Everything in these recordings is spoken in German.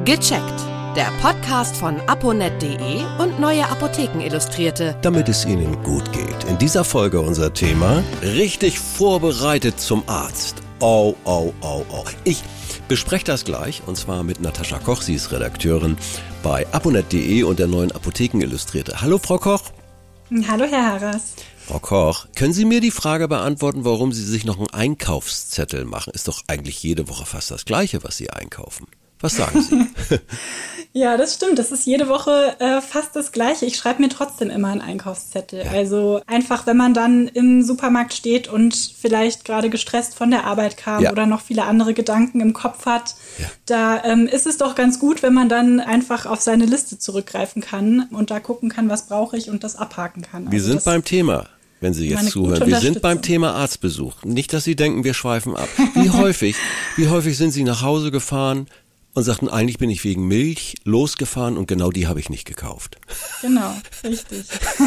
Gecheckt. Der Podcast von aponet.de und Neue Apotheken Illustrierte. Damit es Ihnen gut geht. In dieser Folge unser Thema: richtig vorbereitet zum Arzt. Oh. Ich bespreche das gleich, und zwar mit Natascha Koch. Sie ist Redakteurin bei aponet.de und der Neuen Apotheken Illustrierte. Hallo, Frau Koch. Hallo, Herr Harras. Frau Koch, können Sie mir die Frage beantworten, warum Sie sich noch einen Einkaufszettel machen? Ist doch eigentlich jede Woche fast das Gleiche, was Sie einkaufen. Was sagen Sie? Ja, das stimmt. Das ist jede Woche fast das Gleiche. Ich schreibe mir trotzdem immer einen Einkaufszettel. Ja. Also einfach, wenn man dann im Supermarkt steht und vielleicht gerade gestresst von der Arbeit kam oder noch viele andere Gedanken im Kopf hat, da ist es doch ganz gut, wenn man dann einfach auf seine Liste zurückgreifen kann und da gucken kann, was brauche ich und das abhaken kann. Wir sind beim Thema. Wenn Sie jetzt zuhören, wir sind beim Thema Arztbesuch. Nicht, dass Sie denken, wir schweifen ab. Wie häufig sind Sie nach Hause gefahren und sagten, eigentlich bin ich wegen Milch losgefahren und genau die habe ich nicht gekauft? Genau, richtig.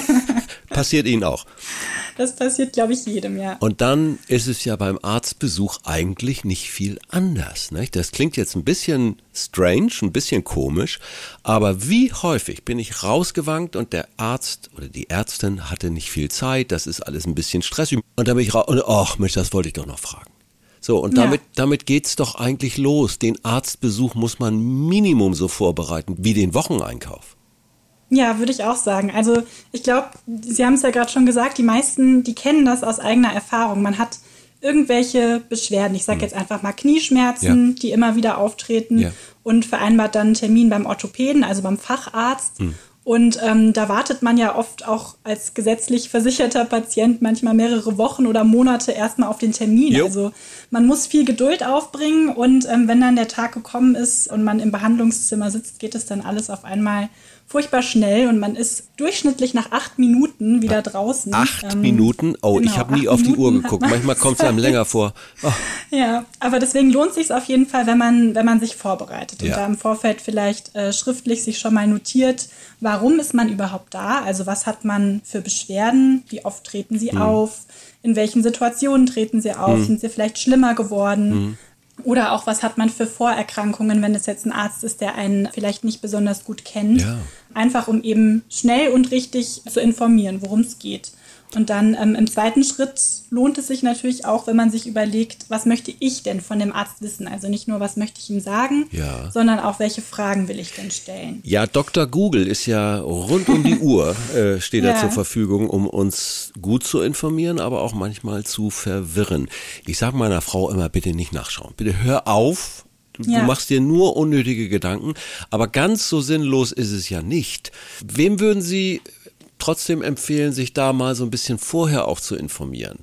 Passiert Ihnen auch? Das passiert, glaube ich, jedem, ja. Und dann ist es ja beim Arztbesuch eigentlich nicht viel anders, nicht? Das klingt jetzt ein bisschen strange, ein bisschen komisch, aber wie häufig bin ich rausgewankt und der Arzt oder die Ärztin hatte nicht viel Zeit, das ist alles ein bisschen stressig. Und dann bin ich raus und ach Mensch, das wollte ich doch noch fragen. So, und damit geht's doch eigentlich los. Den Arztbesuch muss man Minimum so vorbereiten wie den Wocheneinkauf. Ja, würde ich auch sagen. Also ich glaube, Sie haben es ja gerade schon gesagt, die meisten, die kennen das aus eigener Erfahrung. Man hat irgendwelche Beschwerden, ich sage jetzt einfach mal Knieschmerzen, die immer wieder auftreten und vereinbart dann einen Termin beim Orthopäden, also beim Facharzt. Und da wartet man ja oft auch als gesetzlich versicherter Patient manchmal mehrere Wochen oder Monate erstmal auf den Termin. Also man muss viel Geduld aufbringen und wenn dann der Tag gekommen ist und man im Behandlungszimmer sitzt, geht es dann alles auf einmal furchtbar schnell und man ist durchschnittlich nach 8 Minuten wieder draußen. 8 Minuten? Oh, genau, ich habe nie auf die Uhr geguckt. Manchmal kommt es einem länger vor. Oh. Ja, aber deswegen lohnt es sich auf jeden Fall, wenn man sich vorbereitet und da im Vorfeld vielleicht schriftlich sich schon mal notiert, warum ist man überhaupt da? Also was hat man für Beschwerden? Wie oft treten sie auf? In welchen Situationen treten sie auf? Sind sie vielleicht schlimmer geworden? Oder auch, was hat man für Vorerkrankungen, wenn es jetzt ein Arzt ist, der einen vielleicht nicht besonders gut kennt. Ja. Einfach, um eben schnell und richtig zu informieren, worum es geht. Und dann im zweiten Schritt lohnt es sich natürlich auch, wenn man sich überlegt, was möchte ich denn von dem Arzt wissen? Also nicht nur, was möchte ich ihm sagen, sondern auch, welche Fragen will ich denn stellen? Ja, Dr. Google ist ja rund um die Uhr, steht er zur Verfügung, um uns gut zu informieren, aber auch manchmal zu verwirren. Ich sage meiner Frau immer, bitte nicht nachschauen. Bitte hör auf. Du machst dir nur unnötige Gedanken, aber ganz so sinnlos ist es ja nicht. Wem würden Sie trotzdem empfehlen, sich da mal so ein bisschen vorher auch zu informieren?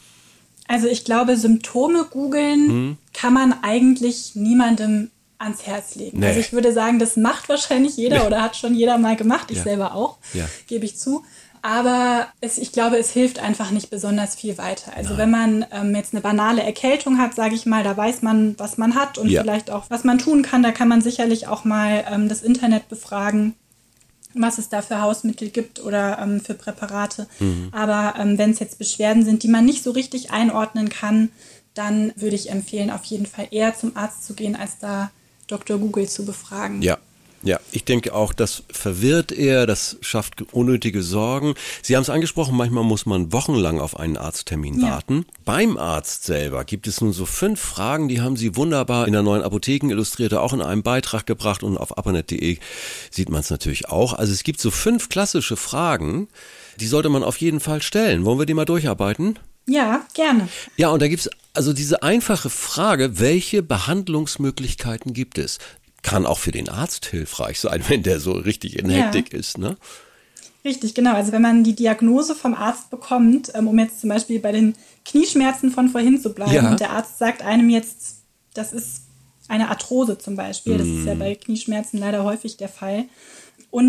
Also ich glaube, Symptome googeln kann man eigentlich niemandem ans Herz legen. Nee. Also ich würde sagen, das macht wahrscheinlich jeder oder hat schon jeder mal gemacht. Ich selber auch, gebe ich zu. Aber ich glaube, es hilft einfach nicht besonders viel weiter. Also wenn man jetzt eine banale Erkältung hat, sage ich mal, da weiß man, was man hat und vielleicht auch, was man tun kann. Da kann man sicherlich auch mal das Internet befragen, was es da für Hausmittel gibt oder für Präparate. Aber wenn es jetzt Beschwerden sind, die man nicht so richtig einordnen kann, dann würde ich empfehlen, auf jeden Fall eher zum Arzt zu gehen, als da Dr. Google zu befragen. Ja, ich denke auch, das verwirrt eher, das schafft unnötige Sorgen. Sie haben es angesprochen, manchmal muss man wochenlang auf einen Arzttermin warten. Beim Arzt selber gibt es nun so 5 Fragen, die haben Sie wunderbar in der Neuen Apotheken Illustrierte auch in einem Beitrag gebracht und auf aponet.de sieht man es natürlich auch. Also es gibt so 5 klassische Fragen, die sollte man auf jeden Fall stellen. Wollen wir die mal durcharbeiten? Ja, gerne. Ja, und da gibt es also diese einfache Frage, welche Behandlungsmöglichkeiten gibt es? Kann auch für den Arzt hilfreich sein, wenn der so richtig in Hektik ist, ne? Richtig, genau. Also wenn man die Diagnose vom Arzt bekommt, um jetzt zum Beispiel bei den Knieschmerzen von vorhin zu bleiben und der Arzt sagt einem jetzt, das ist eine Arthrose zum Beispiel, das ist ja bei Knieschmerzen leider häufig der Fall. Und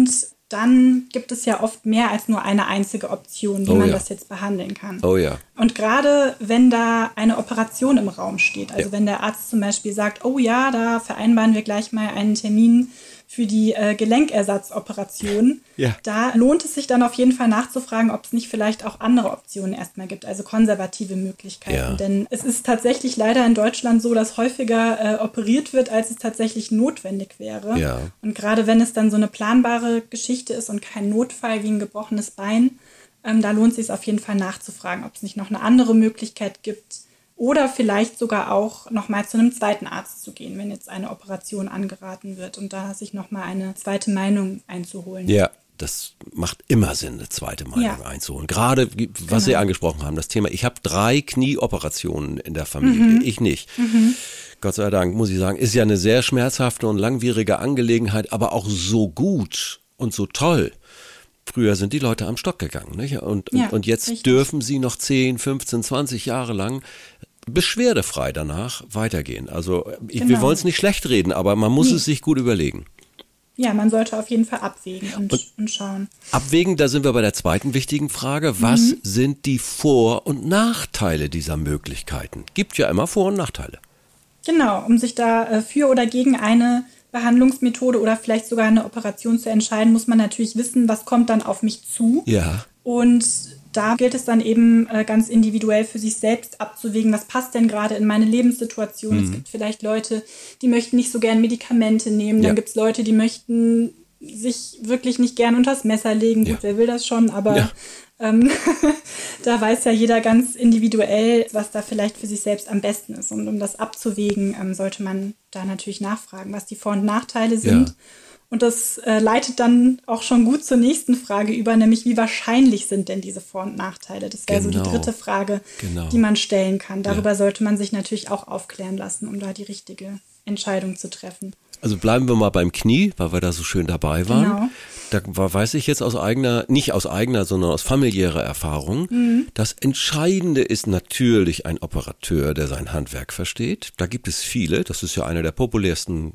dann gibt es ja oft mehr als nur eine einzige Option, wie man das jetzt behandeln kann. Oh ja. Und gerade wenn da eine Operation im Raum steht, also wenn der Arzt zum Beispiel sagt, oh ja, da vereinbaren wir gleich mal einen Termin für die Gelenkersatzoperation, da lohnt es sich dann auf jeden Fall nachzufragen, ob es nicht vielleicht auch andere Optionen erstmal gibt, also konservative Möglichkeiten. Ja. Denn es ist tatsächlich leider in Deutschland so, dass häufiger operiert wird, als es tatsächlich notwendig wäre. Ja. Und gerade wenn es dann so eine planbare Geschichte ist und kein Notfall wie ein gebrochenes Bein, da lohnt es sich auf jeden Fall nachzufragen, ob es nicht noch eine andere Möglichkeit gibt. Oder vielleicht sogar auch nochmal zu einem zweiten Arzt zu gehen, wenn jetzt eine Operation angeraten wird und da sich nochmal eine zweite Meinung einzuholen. Ja, das macht immer Sinn, eine zweite Meinung einzuholen. Gerade, was Sie angesprochen haben, das Thema, ich habe 3 Knieoperationen in der Familie, ich nicht. Gott sei Dank, muss ich sagen, ist ja eine sehr schmerzhafte und langwierige Angelegenheit, aber auch so gut und so toll. Früher sind die Leute am Stock gegangen, nicht? Und jetzt richtig. Dürfen sie noch 10, 15, 20 Jahre lang beschwerdefrei danach weitergehen. Also wir wollen es nicht schlecht reden, aber man muss es sich gut überlegen. Ja, man sollte auf jeden Fall abwägen und schauen. Abwägen, da sind wir bei der zweiten wichtigen Frage. Was sind die Vor- und Nachteile dieser Möglichkeiten? Gibt ja immer Vor- und Nachteile. Genau, um sich da für oder gegen eine Behandlungsmethode oder vielleicht sogar eine Operation zu entscheiden, muss man natürlich wissen, was kommt dann auf mich zu. Ja. Und da gilt es dann eben ganz individuell für sich selbst abzuwägen, was passt denn gerade in meine Lebenssituation. Es gibt vielleicht Leute, die möchten nicht so gern Medikamente nehmen. Dann gibt es Leute, die möchten sich wirklich nicht gern unters Messer legen. Gut, wer will das schon, aber da weiß ja jeder ganz individuell, was da vielleicht für sich selbst am besten ist. Und um das abzuwägen, sollte man da natürlich nachfragen, was die Vor- und Nachteile sind. Ja. Und das leitet dann auch schon gut zur nächsten Frage über, nämlich wie wahrscheinlich sind denn diese Vor- und Nachteile? Das wäre so die dritte Frage, die man stellen kann. Darüber sollte man sich natürlich auch aufklären lassen, um da die richtige Entscheidung zu treffen. Also bleiben wir mal beim Knie, weil wir da so schön dabei waren. Genau. Da weiß ich jetzt nicht aus eigener, sondern aus familiärer Erfahrung. Das Entscheidende ist natürlich ein Operateur, der sein Handwerk versteht. Da gibt es viele. Das ist ja eine der populärsten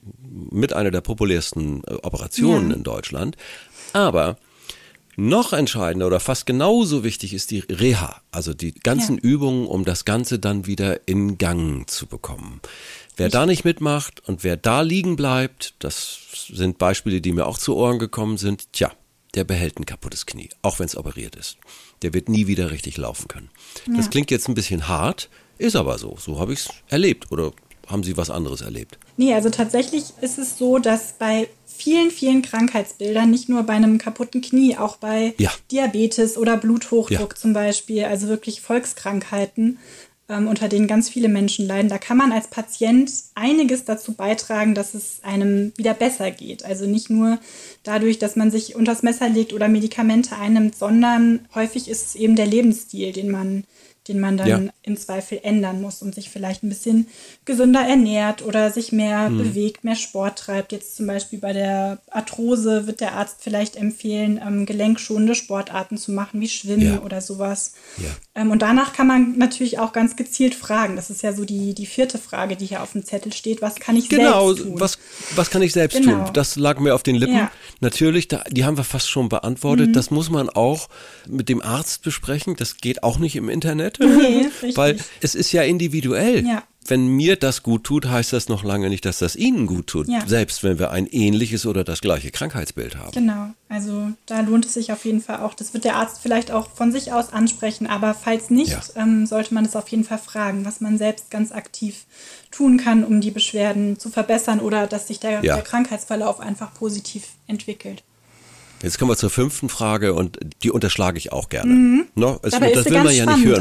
Operationen in Deutschland. Aber noch entscheidender oder fast genauso wichtig ist die Reha, also die ganzen Übungen, um das Ganze dann wieder in Gang zu bekommen. Wer da nicht mitmacht und wer da liegen bleibt, das sind Beispiele, die mir auch zu Ohren gekommen sind, der behält ein kaputtes Knie, auch wenn es operiert ist. Der wird nie wieder richtig laufen können. Ja. Das klingt jetzt ein bisschen hart, ist aber so. So habe ich es erlebt. Oder haben Sie was anderes erlebt? Nee, also tatsächlich ist es so, dass bei vielen, vielen Krankheitsbildern, nicht nur bei einem kaputten Knie, auch bei Diabetes oder Bluthochdruck zum Beispiel, also wirklich Volkskrankheiten, unter denen ganz viele Menschen leiden, da kann man als Patient einiges dazu beitragen, dass es einem wieder besser geht. Also nicht nur dadurch, dass man sich unters Messer legt oder Medikamente einnimmt, sondern häufig ist es eben der Lebensstil, den man dann im Zweifel ändern muss und sich vielleicht ein bisschen gesünder ernährt oder sich mehr bewegt, mehr Sport treibt. Jetzt zum Beispiel bei der Arthrose wird der Arzt vielleicht empfehlen, gelenkschonende Sportarten zu machen, wie Schwimmen oder sowas. Ja. Und danach kann man natürlich auch ganz gezielt fragen. Das ist ja so die vierte Frage, die hier auf dem Zettel steht. Was kann ich selbst tun? Was kann ich selbst tun? Das lag mir auf den Lippen. Ja. Natürlich, die haben wir fast schon beantwortet. Das muss man auch mit dem Arzt besprechen. Das geht auch nicht im Internet. Nee, weil es ist ja individuell. Ja. Wenn mir das gut tut, heißt das noch lange nicht, dass das Ihnen gut tut. Ja. Selbst wenn wir ein ähnliches oder das gleiche Krankheitsbild haben. Genau, also da lohnt es sich auf jeden Fall auch. Das wird der Arzt vielleicht auch von sich aus ansprechen, aber falls nicht, sollte man es auf jeden Fall fragen, was man selbst ganz aktiv tun kann, um die Beschwerden zu verbessern oder dass sich der Krankheitsverlauf einfach positiv entwickelt. Jetzt kommen wir zur 5. Frage und die unterschlage ich auch gerne. No, das will man ja nicht hören.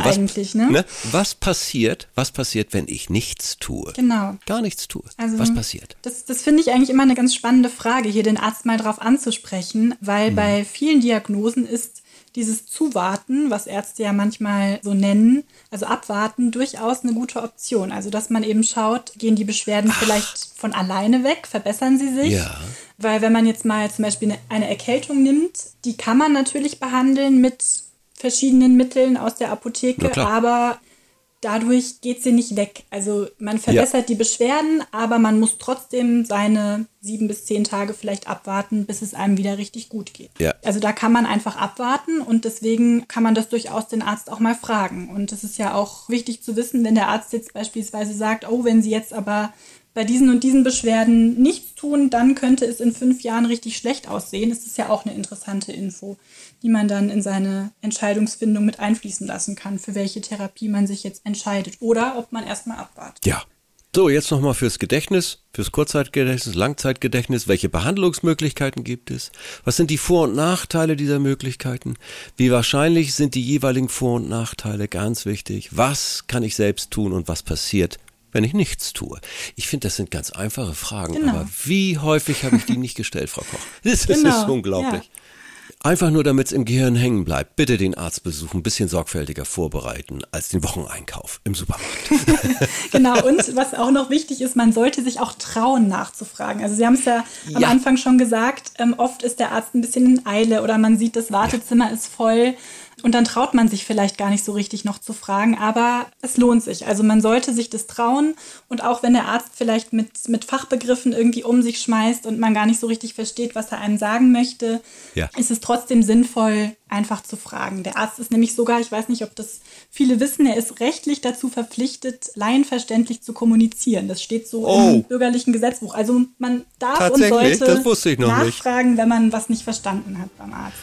Was passiert, wenn ich nichts tue? Genau. Gar nichts tue. Also, was passiert? Das finde ich eigentlich immer eine ganz spannende Frage, hier den Arzt mal drauf anzusprechen, weil bei vielen Diagnosen ist dieses Zuwarten, was Ärzte ja manchmal so nennen, also abwarten, durchaus eine gute Option. Also dass man eben schaut, gehen die Beschwerden vielleicht von alleine weg, verbessern sie sich? Ja. Weil wenn man jetzt mal zum Beispiel eine Erkältung nimmt, die kann man natürlich behandeln mit verschiedenen Mitteln aus der Apotheke, aber dadurch geht sie nicht weg. Also man verbessert die Beschwerden, aber man muss trotzdem seine 7 bis 10 Tage vielleicht abwarten, bis es einem wieder richtig gut geht. Ja. Also da kann man einfach abwarten und deswegen kann man das durchaus den Arzt auch mal fragen. Und es ist ja auch wichtig zu wissen, wenn der Arzt jetzt beispielsweise sagt, oh, wenn Sie jetzt aber bei diesen und diesen Beschwerden nichts tun, dann könnte es in 5 Jahren richtig schlecht aussehen. Das ist ja auch eine interessante Info, die man dann in seine Entscheidungsfindung mit einfließen lassen kann, für welche Therapie man sich jetzt entscheidet oder ob man erstmal abwartet. Ja. So, jetzt nochmal fürs Gedächtnis, fürs Kurzzeitgedächtnis, Langzeitgedächtnis. Welche Behandlungsmöglichkeiten gibt es? Was sind die Vor- und Nachteile dieser Möglichkeiten? Wie wahrscheinlich sind die jeweiligen Vor- und Nachteile? Ganz wichtig. Was kann ich selbst tun und was passiert, wenn ich nichts tue? Ich finde, das sind ganz einfache Fragen, aber wie häufig habe ich die nicht gestellt, Frau Koch? Das ist unglaublich. Ja. Einfach nur, damit es im Gehirn hängen bleibt. Bitte den Arztbesuch ein bisschen sorgfältiger vorbereiten als den Wocheneinkauf im Supermarkt. Genau, und was auch noch wichtig ist, man sollte sich auch trauen, nachzufragen. Also Sie haben es ja am Anfang schon gesagt, oft ist der Arzt ein bisschen in Eile oder man sieht, das Wartezimmer ist voll. Und dann traut man sich vielleicht gar nicht so richtig noch zu fragen, aber es lohnt sich. Also man sollte sich das trauen und auch wenn der Arzt vielleicht mit Fachbegriffen irgendwie um sich schmeißt und man gar nicht so richtig versteht, was er einem sagen möchte, ist es trotzdem sinnvoll, einfach zu fragen. Der Arzt ist nämlich sogar, ich weiß nicht, ob das viele wissen, er ist rechtlich dazu verpflichtet, laienverständlich zu kommunizieren. Das steht so im bürgerlichen Gesetzbuch. Also man darf und sollte nachfragen, wenn man was nicht verstanden hat beim Arzt.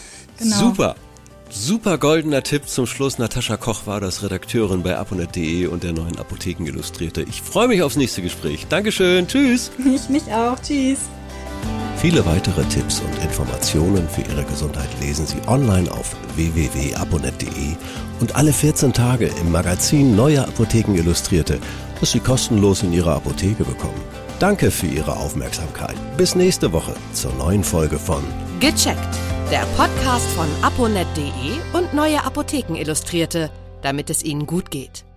Genau. Super goldener Tipp zum Schluss. Natascha Koch war das, Redakteurin bei aponet.de und der Neuen Apotheken Illustrierte. Ich freue mich aufs nächste Gespräch. Dankeschön. Tschüss. Ich mich auch. Tschüss. Viele weitere Tipps und Informationen für Ihre Gesundheit lesen Sie online auf www.aponet.de und alle 14 Tage im Magazin Neue Apotheken Illustrierte, das Sie kostenlos in Ihrer Apotheke bekommen. Danke für Ihre Aufmerksamkeit. Bis nächste Woche zur neuen Folge von Gecheckt, der Podcast von aponet.de und Neue Apotheken Illustrierte, damit es Ihnen gut geht.